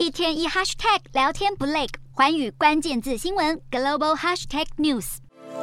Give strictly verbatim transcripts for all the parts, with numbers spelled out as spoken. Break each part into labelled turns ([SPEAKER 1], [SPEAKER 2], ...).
[SPEAKER 1] 一天一 hashtag 聊天不累，寰宇关键字新闻 global hashtag news。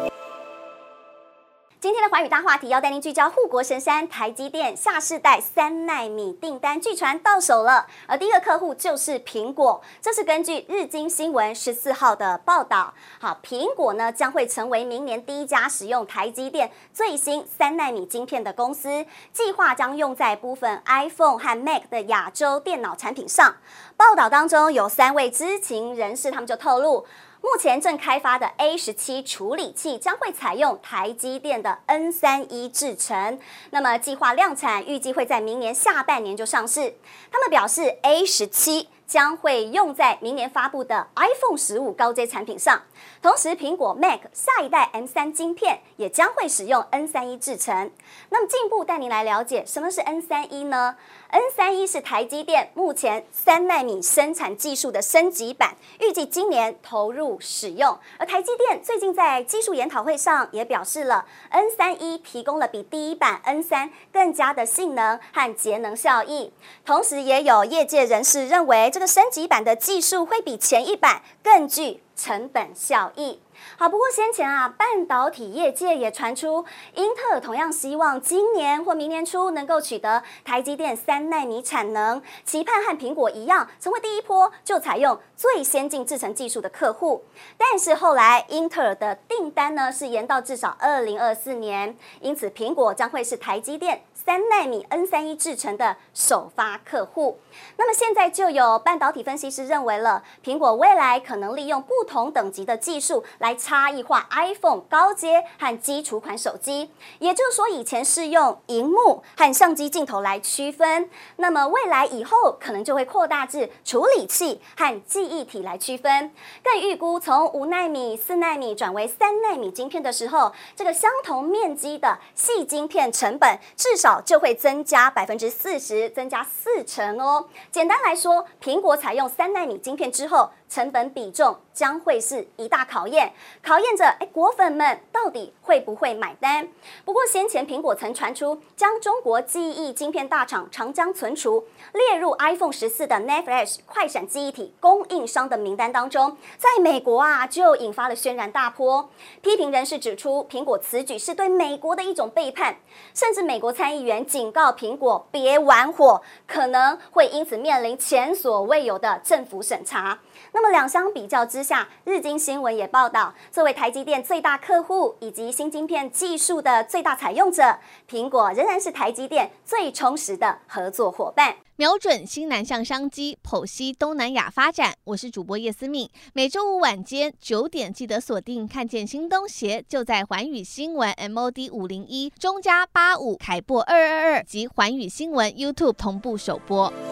[SPEAKER 2] 今天的寰宇大话题要带您聚焦护国神山台积电下世代三奈米订单据传到手了，而第一个客户就是苹果。这是根据日经新闻十四号的报道。好，苹果呢将会成为明年第一家使用台积电最新三奈米晶片的公司，计划将用在部分 iPhone 和 Mac 的亚洲电脑产品上。报道当中有三位知情人士，他们就透露，目前正开发的 A 十七 处理器将会采用台积电的 N 三一 制程，那么计划量产，预计会在明年下半年就上市。他们表示 A 十七将会用在明年发布的 iPhone 十五高阶产品上，同时苹果 Mac 下一代 M 三 晶片也将会使用 N 三一 制程。那么进一步带您来了解什么是 N 三一 呢？ N 三一 是台积电目前三奈米生产技术的升级版，预计今年投入使用。而台积电最近在技术研讨会上也表示了 N 三一 提供了比第一版 N 三 更加的性能和节能效益，同时也有业界人士认为这个升级版的技术会比前一版更具成本效益。好，不过先前啊，半导体业界也传出，英特尔同样希望今年或明年初能够取得台积电三奈米产能，期盼和苹果一样，成为第一波就采用最先进制程技术的客户。但是后来英特尔的订单呢是延到至少二零二四年，因此苹果将会是台积电三奈米 N 三一 制程的首发客户。那么现在就有半导体分析师认为了，苹果未来可能利用不同等级的技术来差异化 iPhone 高阶和基础款手机，也就是说以前是用萤幕和相机镜头来区分，那么未来以后可能就会扩大至处理器和记忆体来区分。更预估从五奈米、四奈米转为三奈米晶片的时候，这个相同面积的细晶片成本至少就会增加百分之四十，增加四成哦。简单来说，苹果采用三奈米晶片之后，成本比重将会是一大考验，考验着哎果粉们到底会不会买单。不过先前苹果曾传出将中国记忆晶片大厂长江存储列入 iPhone 十四的 N A N D Flash 快闪记忆体供应商的名单当中，在美国啊就引发了轩然大波。批评人士指出，苹果此举是对美国的一种背叛，甚至美国参议员警告苹果别玩火，可能会因此面临前所未有的政府审查。那么两相比较之下，日经新闻也报道，作为台积电最大客户以及新晶片技术的最大采用者，苹果仍然是台积电最充实的合作伙伴。
[SPEAKER 3] 瞄准新南向商机，剖析东南亚发展。我是主播叶思敏，每周五晚间九点记得锁定，看见新东协就在寰宇新闻 M O D 五零一中加八五凯播二二二及寰宇新闻 YouTube 同步首播。